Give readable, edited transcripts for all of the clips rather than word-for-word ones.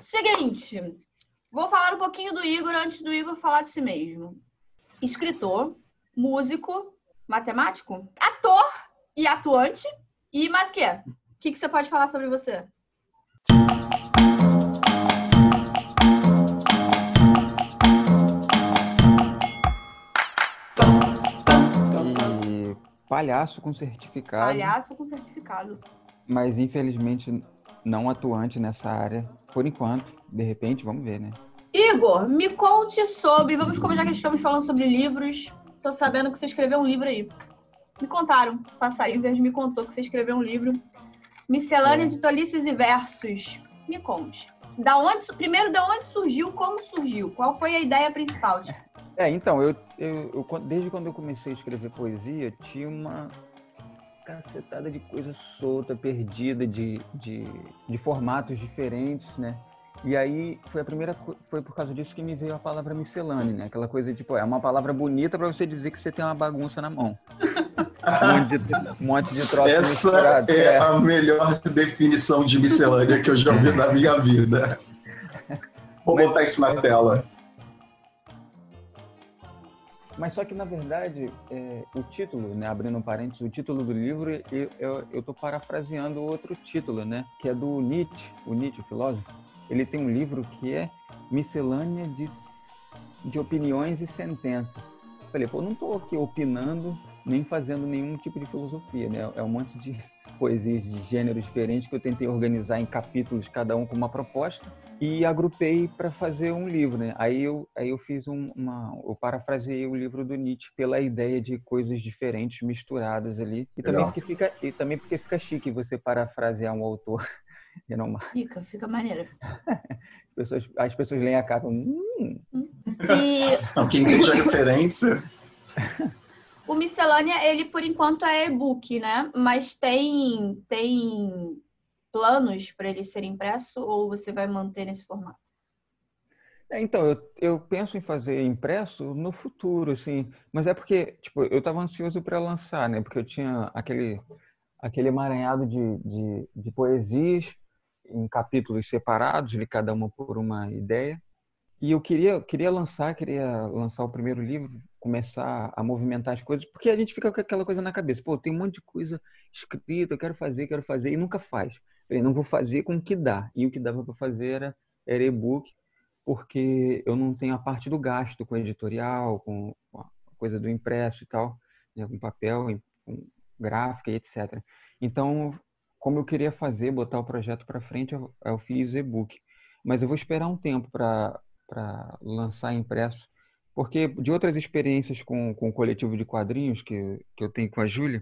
Seguinte, vou falar um pouquinho do Igor antes do Igor falar de si mesmo. Escritor, músico, matemático, ator e atuante. E mais o quê? O que você pode falar sobre você? E palhaço com certificado. Palhaço com certificado. Mas infelizmente não atuante nessa área, por enquanto. De repente, vamos ver, né? Igor, me conte sobre... Vamos começar, já que estamos falando sobre livros. Tô sabendo que você escreveu um livro aí. Me contaram, passarinho verde me contou que você escreveu um livro. Miscelânea de Tolices e Versos. Me conte. Primeiro, da onde surgiu, como surgiu? Qual foi a ideia principal? Então, eu desde quando eu comecei a escrever poesia, tinha uma cacetada de coisa solta, perdida, de formatos diferentes, né? E aí foi por causa disso que me veio a palavra miscelânea, né? Aquela coisa tipo, é uma palavra bonita para você dizer que você tem uma bagunça na mão. Um monte de troço misturado. Essa é a melhor definição de miscelânea que eu já ouvi na minha vida. Vou botar isso na tela. Mas só que, na verdade, o título, né, abrindo um parênteses, o título do livro, eu estou parafraseando outro título, né, que é do Nietzsche, o filósofo. Ele tem um livro que é Miscelânea de Opiniões e Sentenças. Eu falei, não estou aqui opinando, nem fazendo nenhum tipo de filosofia, né? É um monte de poesias de gêneros diferentes que eu tentei organizar em capítulos, cada um com uma proposta, e agrupei para fazer um livro, né? Aí eu fiz eu parafraseei o livro do Nietzsche pela ideia de coisas diferentes misturadas ali, e também porque fica chique você parafrasear um autor renomado. Fica maneiro. As pessoas leem a capa. Quem entende a referência. O Miscelânea, ele por enquanto é e-book, né? Mas tem planos para ele ser impresso ou você vai manter nesse formato? Então, eu penso em fazer impresso no futuro, assim. Mas é porque, eu estava ansioso para lançar, né? Porque eu tinha aquele emaranhado de poesias em capítulos separados, de cada uma por uma ideia. E eu queria lançar o primeiro livro, começar a movimentar as coisas, porque a gente fica com aquela coisa na cabeça. Tem um monte de coisa escrita, eu quero fazer, e nunca faz. Eu não vou fazer com o que dá. E o que dava para fazer era e-book, porque eu não tenho a parte do gasto com editorial, com a coisa do impresso e tal, né, com papel, com gráfica e etc. Então, como eu queria botar o projeto para frente, eu fiz e-book. Mas eu vou esperar um tempo para lançar impresso, porque de outras experiências com o coletivo de quadrinhos que eu tenho com a Júlia,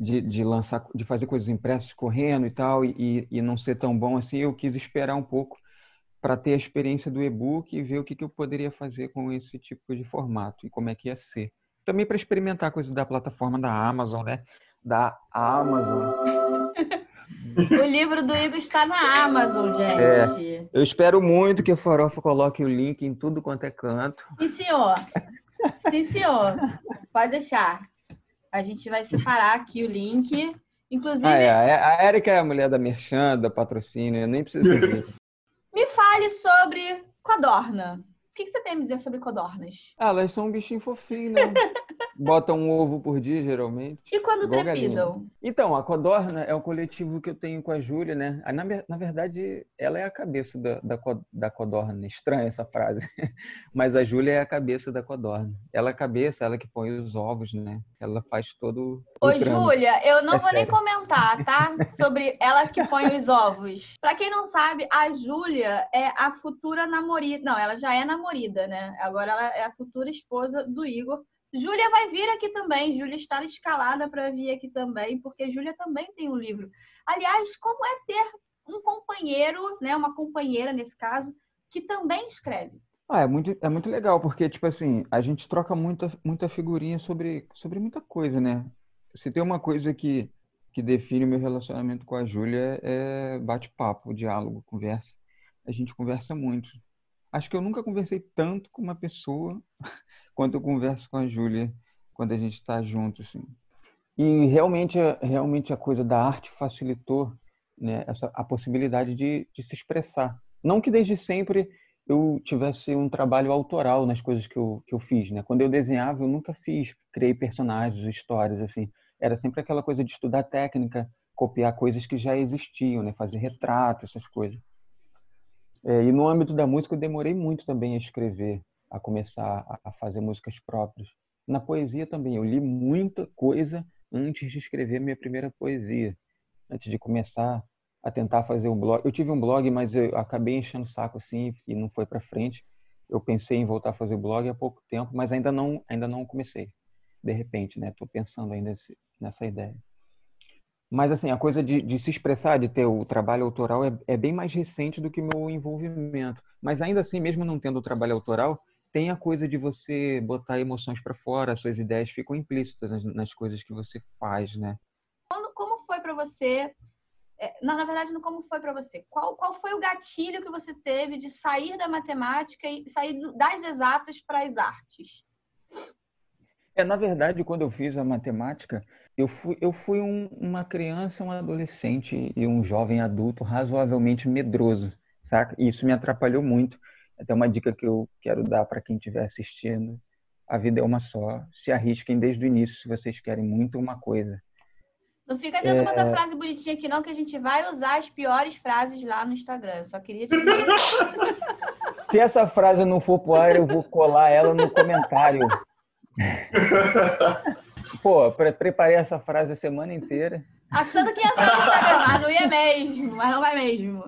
de fazer coisas impressas correndo e tal, e não ser tão bom assim, eu quis esperar um pouco para ter a experiência do e-book e ver o que eu poderia fazer com esse tipo de formato e como é que ia ser. Também para experimentar a coisa da plataforma da Amazon, né? Da Amazon. O livro do Igor está na Amazon, gente. Eu espero muito que a Farofa coloque o link em tudo quanto é canto. Sim, senhor. Sim, senhor. Pode deixar. A gente vai separar aqui o link. Inclusive... A Érica é a mulher da merchan, da patrocínio. Eu nem preciso ver. Me fale sobre codorna. O que você tem a me dizer sobre codornas? Elas são um bichinho fofinho, né? Botam um ovo por dia, geralmente. E quando igual trepidam? Galinha. Então, a Codorna é um coletivo que eu tenho com a Júlia, né? Na verdade, ela é a cabeça da Codorna. Estranha essa frase. Mas a Júlia é a cabeça da Codorna. Ela é a cabeça, ela que põe os ovos, né? Ela faz todo o trâmite. Júlia, eu não vou sério. nem comentar, tá? Sobre ela que põe os ovos. Pra quem não sabe, a Júlia é a futura namorada. Não, ela já é namorada, né? Agora ela é a futura esposa do Igor. Júlia vai vir aqui também. Júlia está escalada para vir aqui também, porque Júlia também tem um livro. Aliás, como é ter um companheiro, né, uma companheira nesse caso, que também escreve? É muito legal, porque, a gente troca muita figurinha sobre muita coisa, né? Se tem uma coisa que define o meu relacionamento com a Júlia é bate-papo, diálogo, conversa. A gente conversa muito. Acho que eu nunca conversei tanto com uma pessoa quanto eu converso com a Júlia quando a gente está junto, assim. E realmente a coisa da arte facilitou, né, a possibilidade de se expressar. Não que desde sempre eu tivesse um trabalho autoral nas coisas que eu fiz, né? Quando eu desenhava, eu nunca criei personagens, histórias, assim. Era sempre aquela coisa de estudar técnica, copiar coisas que já existiam, né? Fazer retrato, essas coisas. E no âmbito da música, eu demorei muito também a escrever, a começar a fazer músicas próprias. Na poesia também, eu li muita coisa antes de escrever minha primeira poesia, antes de começar a tentar fazer um blog. Eu tive um blog, mas eu acabei enchendo o saco assim e não foi para frente. Eu pensei em voltar a fazer o blog há pouco tempo, mas ainda não comecei. De repente, né? Estou pensando ainda nessa ideia. Mas assim, a coisa de se expressar, de ter o trabalho autoral é bem mais recente do que o meu envolvimento. Mas ainda assim, mesmo não tendo o trabalho autoral, tem a coisa de você botar emoções para fora, as suas ideias ficam implícitas nas coisas que você faz, né? Como foi para você? Não, na verdade, não como foi para você. Qual foi o gatilho que você teve de sair da matemática e sair das exatas para as artes? Na verdade, quando eu fiz a matemática, eu fui uma criança, um adolescente e um jovem adulto razoavelmente medroso, saca? E isso me atrapalhou muito. Até uma dica que eu quero dar para quem estiver assistindo: a vida é uma só. Se arrisquem desde o início se vocês querem muito uma coisa. Não fica adianta botar frase bonitinha aqui, não, que a gente vai usar as piores frases lá no Instagram. Eu só queria te dizer. Se essa frase não for pro ar, eu vou colar ela no comentário. Pô, preparei essa frase a semana inteira. Achando que ia entrar no Instagram, mas não ia mesmo, mas não vai mesmo.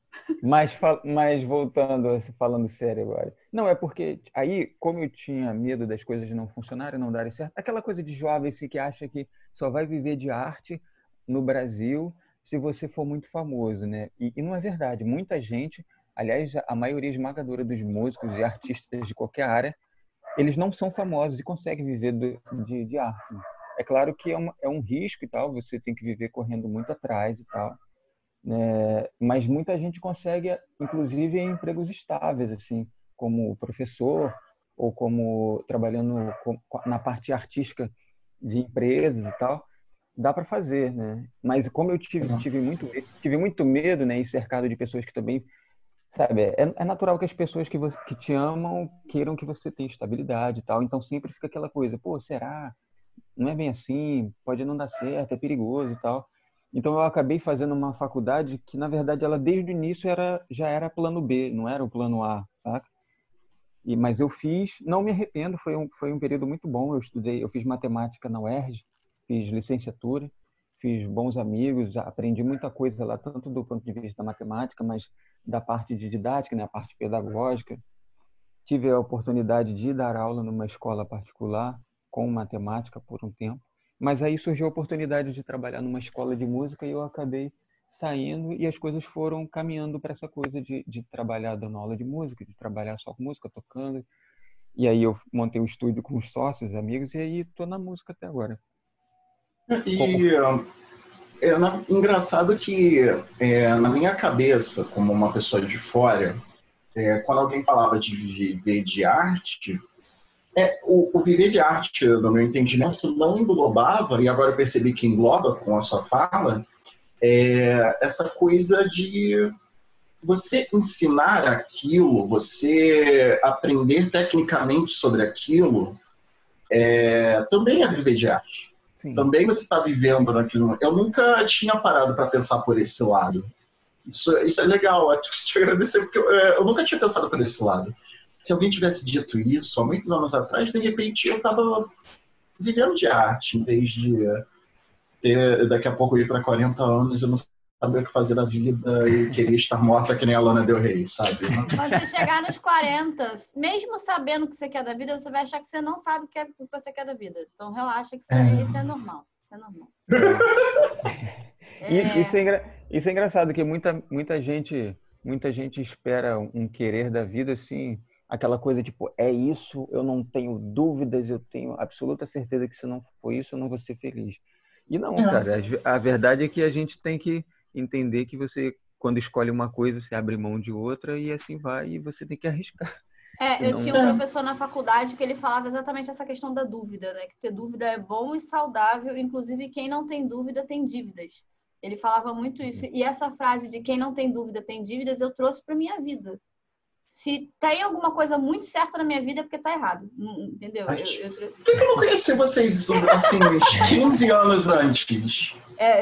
Mas voltando, falando sério agora. Não, é porque aí, como eu tinha medo das coisas não funcionarem, não darem certo, aquela coisa de jovem assim, que acha que só vai viver de arte no Brasil se você for muito famoso, né? E não é verdade. Muita gente, aliás, a maioria esmagadora dos músicos e artistas de qualquer área, eles não são famosos e conseguem viver de arte, né? É claro que é um risco e tal, você tem que viver correndo muito atrás e tal, né? Mas muita gente consegue, inclusive, em empregos estáveis, assim, como professor ou como trabalhando na parte artística de empresas e tal, dá para fazer, né? Mas como eu tive muito medo, né, e cercado de pessoas que também, sabe, é natural que as pessoas que te amam queiram que você tenha estabilidade e tal, então sempre fica aquela coisa, pô, será? Não é bem assim, pode não dar certo, é perigoso e tal. Então eu acabei fazendo uma faculdade que, na verdade, ela desde o início já era plano B, não era o plano A, saca? Mas eu fiz, não me arrependo, foi um período muito bom. Eu fiz matemática na UERJ, fiz licenciatura, fiz bons amigos, aprendi muita coisa lá, tanto do ponto de vista da matemática, mas da parte de didática, né, a parte pedagógica. Tive a oportunidade de dar aula numa escola particular com matemática por um tempo, mas aí surgiu a oportunidade de trabalhar numa escola de música e eu acabei saindo e as coisas foram caminhando para essa coisa de trabalhar dando aula de música, de trabalhar só com música, tocando. E aí eu montei um estúdio com os sócios, amigos, e aí estou na música até agora. E engraçado que na minha cabeça, como uma pessoa de fora, quando alguém falava de viver de arte, o viver de arte, no meu entendimento, não englobava, e agora eu percebi que engloba com a sua fala, essa coisa de você ensinar aquilo, você aprender tecnicamente sobre aquilo, também é viver de arte. Sim. Também você está vivendo naquilo. Eu nunca tinha parado para pensar por esse lado. Isso é legal, eu te agradecer, porque eu nunca tinha pensado por esse lado. Se alguém tivesse dito isso há muitos anos atrás, de repente eu estava vivendo de arte, em vez de daqui a pouco ir para 40 anos e não saber o que fazer da vida e queria estar morta que nem a Lana Del Rey, sabe? Quando você chegar nos 40, mesmo sabendo o que você quer da vida, você vai achar que você não sabe o que você quer da vida. Então relaxa que isso é normal. Isso é normal. Isso é engraçado, que muita gente espera um querer da vida assim, aquela coisa tipo, é isso, eu não tenho dúvidas, eu tenho absoluta certeza que se não for isso, eu não vou ser feliz. E não, cara, a verdade é que a gente tem que entender que você, quando escolhe uma coisa, você abre mão de outra e assim vai, e você tem que arriscar. Eu tinha um professor na faculdade que ele falava exatamente essa questão da dúvida, né? Que ter dúvida é bom e saudável, inclusive quem não tem dúvida tem dívidas. Ele falava muito isso. E essa frase de quem não tem dúvida tem dívidas, eu trouxe para minha vida. Se tem alguma coisa muito certa na minha vida, é porque tá errado. Entendeu? Por que eu não conheci vocês, assim, uns 15 anos antes?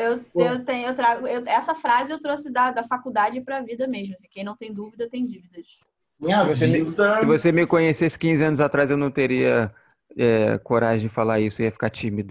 Essa frase eu trouxe da faculdade para a vida mesmo. Assim, quem não tem dúvida tem dívidas. Se você me conhecesse 15 anos atrás, eu não teria coragem de falar isso, eu ia ficar tímido.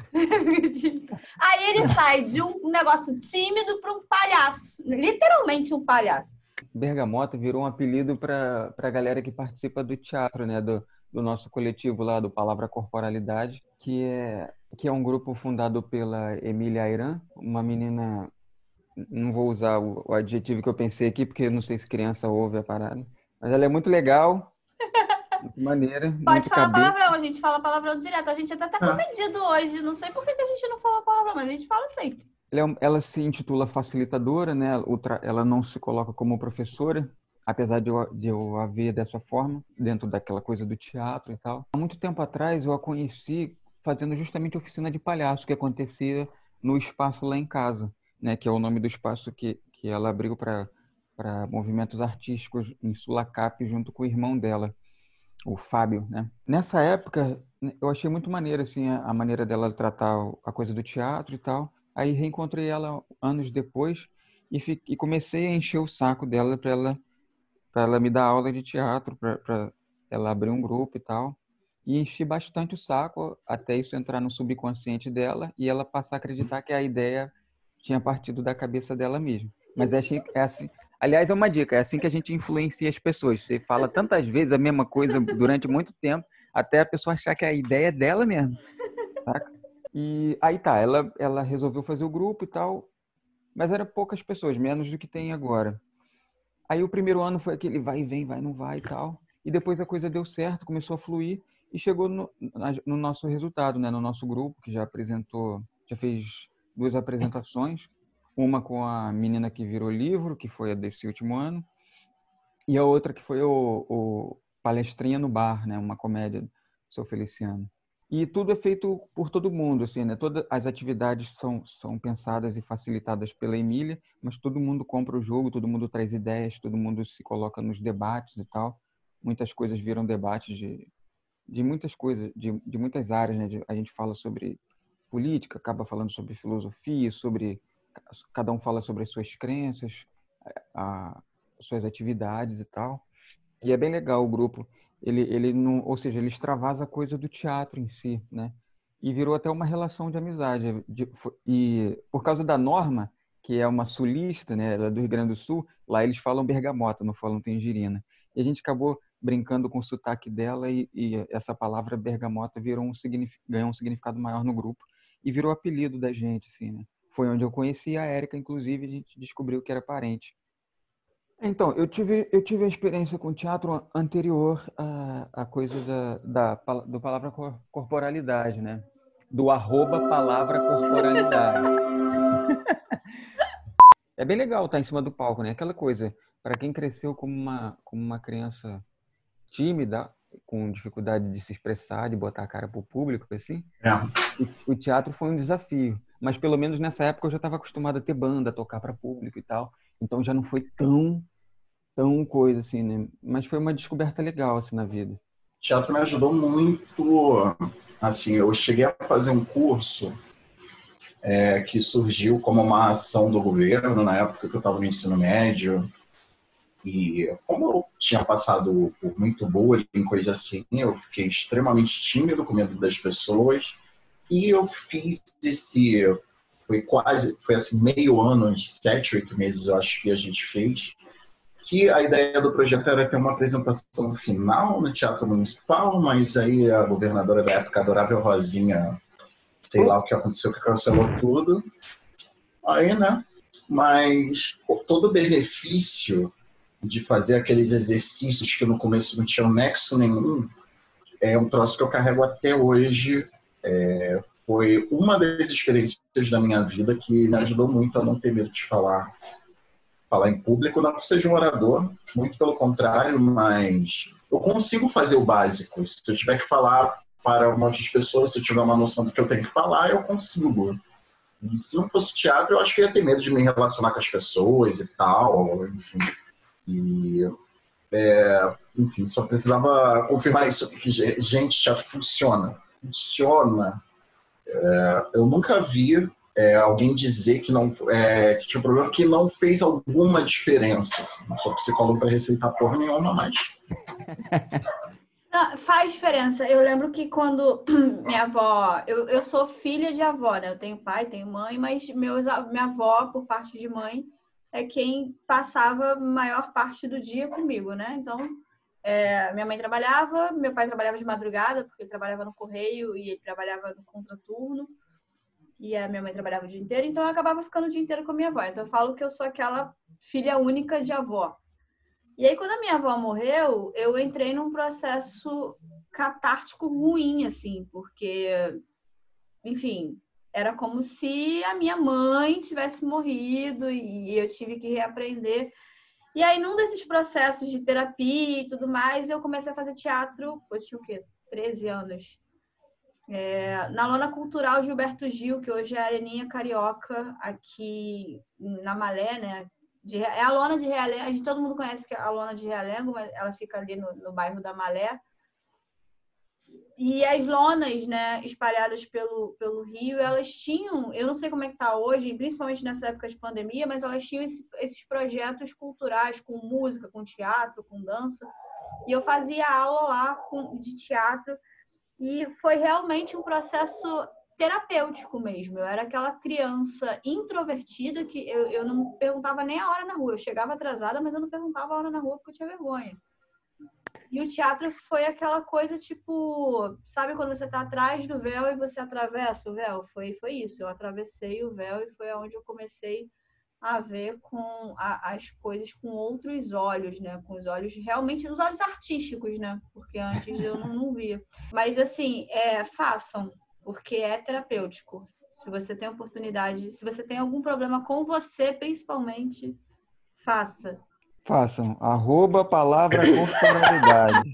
Aí ele sai de um negócio tímido para um palhaço. Literalmente um palhaço. Bergamota virou um apelido para a galera que participa do teatro, né? Do nosso coletivo lá, do Palavra Corporalidade, que é um grupo fundado pela Emília Ayran, uma menina... Não vou usar o adjetivo que eu pensei aqui, porque eu não sei se criança ouve a parada. Mas ela é muito legal, muito maneira. Pode falar palavrão, a gente fala palavrão direto. A gente até tá compreendido hoje. Não sei por que a gente não fala palavrão, mas a gente fala sempre. Ela se intitula facilitadora, né? Ela não se coloca como professora, apesar de eu a ver dessa forma, dentro daquela coisa do teatro e tal. Há muito tempo atrás eu a conheci fazendo justamente oficina de palhaço, que acontecia no espaço lá em casa, né? Que é o nome do espaço que ela abriu para movimentos artísticos em Sulacap, junto com o irmão dela, o Fábio, né? Nessa época, eu achei muito maneiro, assim, a maneira dela tratar a coisa do teatro e tal. Aí reencontrei ela anos depois e comecei a encher o saco dela para ela me dar aula de teatro, para ela abrir um grupo e tal. E enchi bastante o saco até isso entrar no subconsciente dela e ela passar a acreditar que a ideia tinha partido da cabeça dela mesma. Mas é assim, aliás, é uma dica, é assim que a gente influencia as pessoas. Você fala tantas vezes a mesma coisa durante muito tempo, até a pessoa achar que a ideia é dela mesmo. Saca? E aí tá, ela resolveu fazer o grupo e tal, mas eram poucas pessoas, menos do que tem agora. Aí o primeiro ano foi aquele vai e vem, vai, não vai e tal. E depois a coisa deu certo, começou a fluir e chegou no nosso resultado, né? No nosso grupo, que já fez 2 apresentações. Uma com a menina que virou livro, que foi a desse último ano, e a outra que foi o Palestrinha no Bar, né? Uma comédia do Seu Feliciano. E tudo é feito por todo mundo, assim, né? Todas as atividades são pensadas e facilitadas pela Emília, mas todo mundo compra o jogo, todo mundo traz ideias, todo mundo se coloca nos debates e tal. Muitas coisas viram debates de muitas coisas, de muitas áreas, né? A gente fala sobre política, acaba falando sobre filosofia, cada um fala sobre as suas crenças, suas atividades e tal. E é bem legal o grupo. Ele não, ou seja, ele extravasa a coisa do teatro em si, né? E virou até uma relação de amizade. E por causa da Norma, que é uma sulista, né? Ela é do Rio Grande do Sul, lá eles falam bergamota, não falam tangerina. E a gente acabou brincando com o sotaque dela e essa palavra bergamota ganhou um significado maior no grupo e virou apelido da gente, assim, né? Foi onde eu conheci a Érica, inclusive, a gente descobriu que era parente. Então, eu tive a experiência com teatro anterior à coisa do palavra corporalidade, né? Do @palavra corporalidade. É bem legal estar em cima do palco, né? Aquela coisa, para quem cresceu como uma criança tímida, com dificuldade de se expressar, de botar a cara pro público, assim, o teatro foi um desafio. Mas pelo menos nessa época eu já estava acostumado a ter banda, a tocar para público e tal. Então já não foi tão coisa assim, né? Mas foi uma descoberta legal assim na vida. O teatro me ajudou muito. Assim, eu cheguei a fazer um curso que surgiu como uma ação do governo na época que eu estava no ensino médio. E como eu tinha passado por muito bullying, coisa assim, eu fiquei extremamente tímido, com medo das pessoas. E eu fiz foi assim, meio ano, uns 7, 8 meses, eu acho que a gente fez, que a ideia do projeto era ter uma apresentação final no Teatro Municipal, mas aí a governadora da época, Adorável Rosinha, sei lá o que aconteceu, que cancelou tudo. Aí, né? Mas todo o benefício de fazer aqueles exercícios que no começo não tinham nexo nenhum, é um troço que eu carrego até hoje. Foi uma das experiências da minha vida que me ajudou muito a não ter medo de falar em público. Não que seja um orador, muito pelo contrário, mas eu consigo fazer o básico. Se eu tiver que falar para um monte de pessoas, se eu tiver uma noção do que eu tenho que falar, eu consigo. E se não fosse teatro, eu acho que eu ia ter medo de me relacionar com as pessoas e tal, enfim. E, enfim, só precisava confirmar isso, que, gente, teatro funciona. Funciona. Eu nunca vi alguém dizer que que tinha um problema que não fez alguma diferença. Assim. Não sou psicólogo para receitar porra nenhuma, mas... Não, faz diferença. Eu lembro que quando minha avó... Eu sou filha de avó, né? Eu tenho pai, tenho mãe, mas minha avó, por parte de mãe, é quem passava a maior parte do dia comigo, né? Então, minha mãe trabalhava, meu pai trabalhava de madrugada, porque ele trabalhava no correio e ele trabalhava no contraturno. E a minha mãe trabalhava o dia inteiro, então eu acabava ficando o dia inteiro com a minha avó. Então eu falo que eu sou aquela filha única de avó. E aí, quando a minha avó morreu, eu entrei num processo catártico ruim, assim, porque, enfim, era como se a minha mãe tivesse morrido e eu tive que reaprender. E aí, num desses processos de terapia e tudo mais, eu comecei a fazer teatro, eu tinha o quê? 13 anos. Na Lona Cultural Gilberto Gil, que hoje é a Areninha Carioca, aqui na Malé, né? É a Lona de Realengo, todo mundo conhece que é a Lona de Realengo, mas ela fica ali no bairro da Malé. E as lonas, né, espalhadas pelo Rio, elas tinham, eu não sei como é que está hoje, principalmente nessa época de pandemia, mas elas tinham esses projetos culturais com música, com teatro, com dança. E eu fazia aula lá de teatro e foi realmente um processo terapêutico mesmo. Eu era aquela criança introvertida que eu não perguntava nem a hora na rua. Eu chegava atrasada, mas eu não perguntava a hora na rua porque eu tinha vergonha. E o teatro foi aquela coisa tipo... Sabe quando você está atrás do véu e você atravessa o véu? Foi isso. Eu atravessei o véu e foi onde eu comecei a ver com as coisas com outros olhos, né? Com os olhos realmente, os olhos artísticos, né? Porque antes eu não via. Mas assim, façam. Porque é terapêutico. Se você tem oportunidade, se você tem algum problema com você, principalmente, faça. Façam. @palavra corporalidade.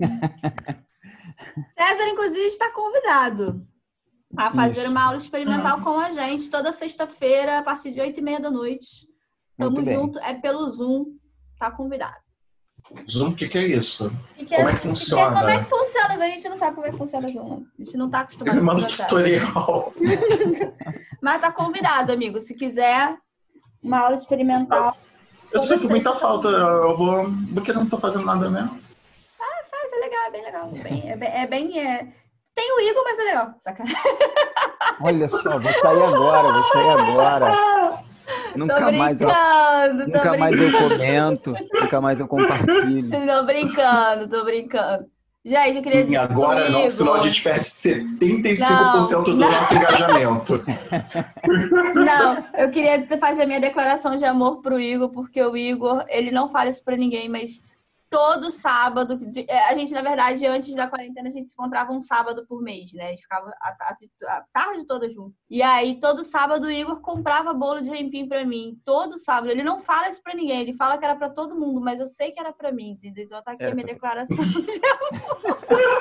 César, inclusive, está convidado a fazer uma aula experimental com a gente toda sexta-feira, a partir de 8h30 da noite. Tamo junto, é pelo Zoom. Tá convidado. Zoom, o que é isso? Como é que funciona? Como é que funciona? A gente não sabe como é que funciona o Zoom. A gente não tá acostumado a fazer. Manda tutorial. Mas tá convidado, amigo. Se quiser uma aula experimental. Eu sinto muita falta. Eu vou... Porque eu não tô fazendo nada mesmo. Faz, é legal, é bem legal. Tem o Igor, mas é legal. Sacanagem. Olha só, vou sair agora. Nunca mais eu comento, nunca mais eu compartilho. Tô brincando. Gente, eu queria dizer. E agora não, senão a gente perde 75% do nosso engajamento. Não, eu queria fazer minha declaração de amor pro Igor, porque o Igor, ele não fala isso pra ninguém, mas todo sábado, a gente, na verdade, antes da quarentena, a gente se encontrava um sábado por mês, né? A gente ficava a tarde toda junto. E aí, todo sábado, o Igor comprava bolo de aipim pra mim. Todo sábado. Ele não fala isso pra ninguém, ele fala que era pra todo mundo, mas eu sei que era pra mim, entendeu? Então tá aqui a minha declaração de amor.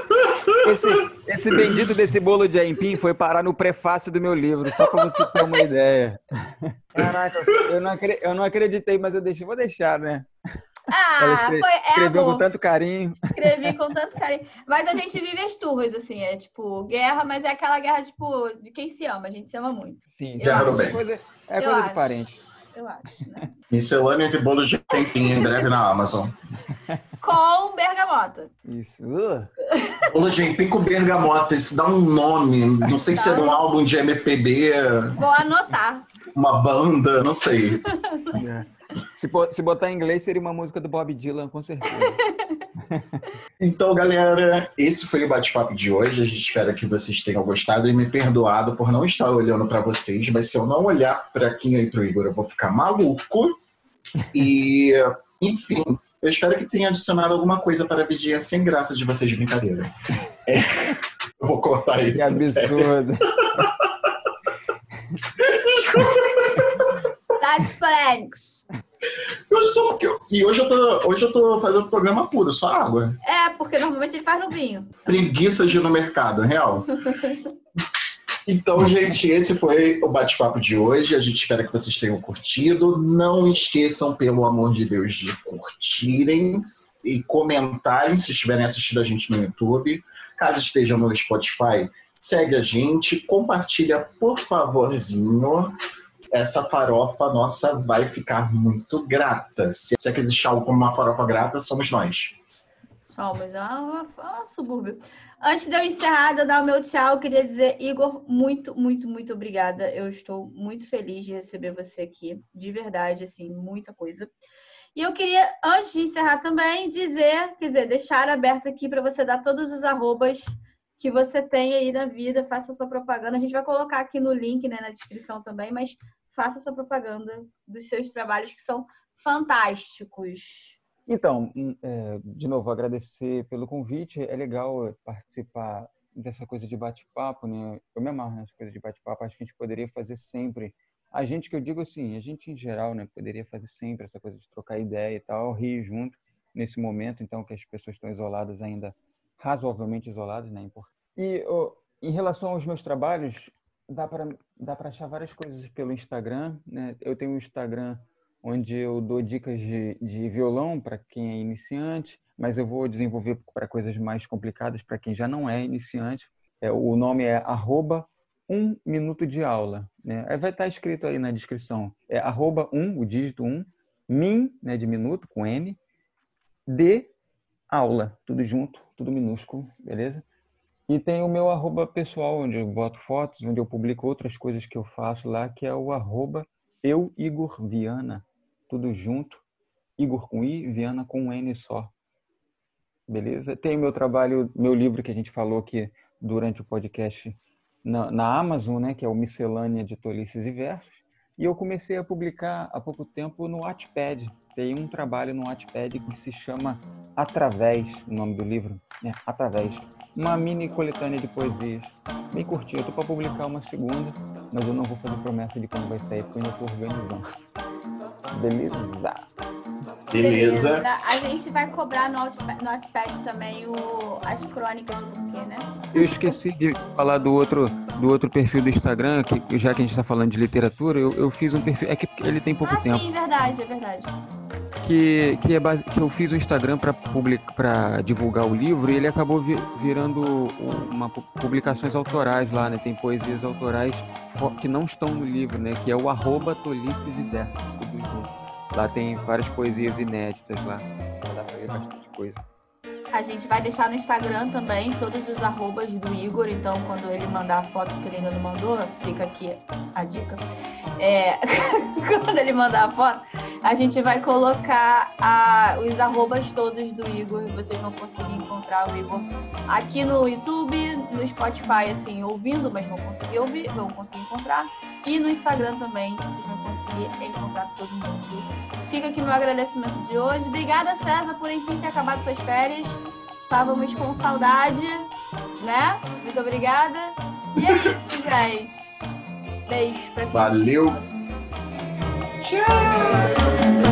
Esse bendito desse bolo de aipim foi parar no prefácio do meu livro, só pra você ter uma ideia. Caraca, eu não acreditei, mas vou deixar, né? Escreveu com tanto carinho. Escrevi com tanto carinho. Mas a gente vive as turras, assim, é tipo guerra, mas é aquela guerra, tipo, de quem se ama. A gente se ama muito. Sim, bem. Coisa de parente. Eu acho, né? Miscelânea de bolo de aipim em breve na Amazon. Com bergamota. Isso. Bolo de aipim com bergamota, isso dá um nome. Não sei se é um álbum de MPB. Vou anotar. Uma banda, não sei. Se botar em inglês, seria uma música do Bob Dylan, com certeza. Então, galera, esse foi o bate-papo de hoje. A gente espera que vocês tenham gostado e me perdoado por não estar olhando para vocês, mas se eu não olhar para quem aí pro Igor, eu vou ficar maluco. E, enfim, eu espero que tenha adicionado alguma coisa para a vidinha sem graça de vocês de brincadeira. Eu vou cortar isso. Que absurdo. Dados polêmicos. E hoje eu tô fazendo programa puro, só água. Porque normalmente ele faz no vinho. Preguiça de ir no mercado, real. Então, gente, esse foi o bate-papo de hoje. A gente espera que vocês tenham curtido. Não esqueçam, pelo amor de Deus, de curtirem e comentarem se estiverem assistindo a gente no YouTube. Caso estejam no Spotify, segue a gente, compartilha, por favorzinho. Essa farofa nossa vai ficar muito grata. Se é que existe algo como uma farofa grata, somos nós. Somos, é uma subúrbio. Antes de eu encerrar, de eu dar o meu tchau, eu queria dizer, Igor, muito, muito, muito obrigada. Eu estou muito feliz de receber você aqui. De verdade, assim, muita coisa. E eu queria, antes de encerrar também, deixar aberto aqui para você dar todos os arrobas que você tem aí na vida, faça a sua propaganda. A gente vai colocar aqui no link, né, na descrição também, mas faça a sua propaganda dos seus trabalhos que são fantásticos. Então, de novo, agradecer pelo convite. É legal participar dessa coisa de bate-papo, né? Eu me amarro nessa coisa de bate-papo. Acho que a gente poderia fazer sempre. A gente, que eu digo assim, a gente em geral, né, poderia fazer sempre essa coisa de trocar ideia e tal, rir junto nesse momento, então, que as pessoas estão isoladas ainda, razoavelmente isoladas, né? E em relação aos meus trabalhos, dá para achar várias coisas pelo Instagram, né? Eu tenho um Instagram onde eu dou dicas de violão para quem é iniciante, mas eu vou desenvolver para coisas mais complicadas para quem já não é iniciante. O nome é @1 minuto de aula, né? Vai estar escrito aí na descrição. É @1, o dígito 1, min, né, de minuto, com N, de aula, tudo junto, tudo minúsculo, beleza? E tem o meu pessoal, onde eu boto fotos, onde eu publico outras coisas que eu faço lá, que é o @eu Igor Viana, tudo junto, Igor com I, Viana com um N só. Beleza? Tem o meu trabalho, meu livro que a gente falou aqui durante o podcast na Amazon, né, que é o Miscelânea de Tolices e Versos. E eu comecei a publicar há pouco tempo no Wattpad. Tem um trabalho no Wattpad que se chama Através, o nome do livro, né? Através. Uma mini coletânea de poesias. Bem curtinho. Eu tô para publicar uma segunda, mas eu não vou fazer promessa de quando vai sair, porque eu ainda estou organizando. Beleza. A gente vai cobrar no Wattpad também as crônicas do porquê, né? Eu esqueci de falar do outro perfil do Instagram, que já que a gente está falando de literatura, eu fiz um perfil. É que ele tem pouco tempo. Sim, verdade, é verdade. Que eu fiz o Instagram para divulgar o livro e ele acabou virando publicações autorais lá, né? Tem poesias autorais que não estão no livro, né? Que é o @tolices e versos, tudo junto. Lá tem várias poesias inéditas lá. Dá para ler bastante coisa. A gente vai deixar no Instagram também todos os arrobas do Igor, então quando ele mandar a foto que ele ainda não mandou, fica aqui a dica. Quando ele mandar a foto, a gente vai colocar os arrobas todos do Igor, vocês vão conseguir encontrar o Igor aqui no YouTube, no Spotify, assim, ouvindo, mas vão conseguir ouvir, vão conseguir encontrar, e no Instagram também, vocês vão conseguir encontrar todo mundo. Fica aqui meu agradecimento de hoje. Obrigada, César, por enfim ter acabado suas férias. Estávamos com saudade, né? Muito obrigada. E é isso, gente. Beijo pra quem. Valeu. Tchau.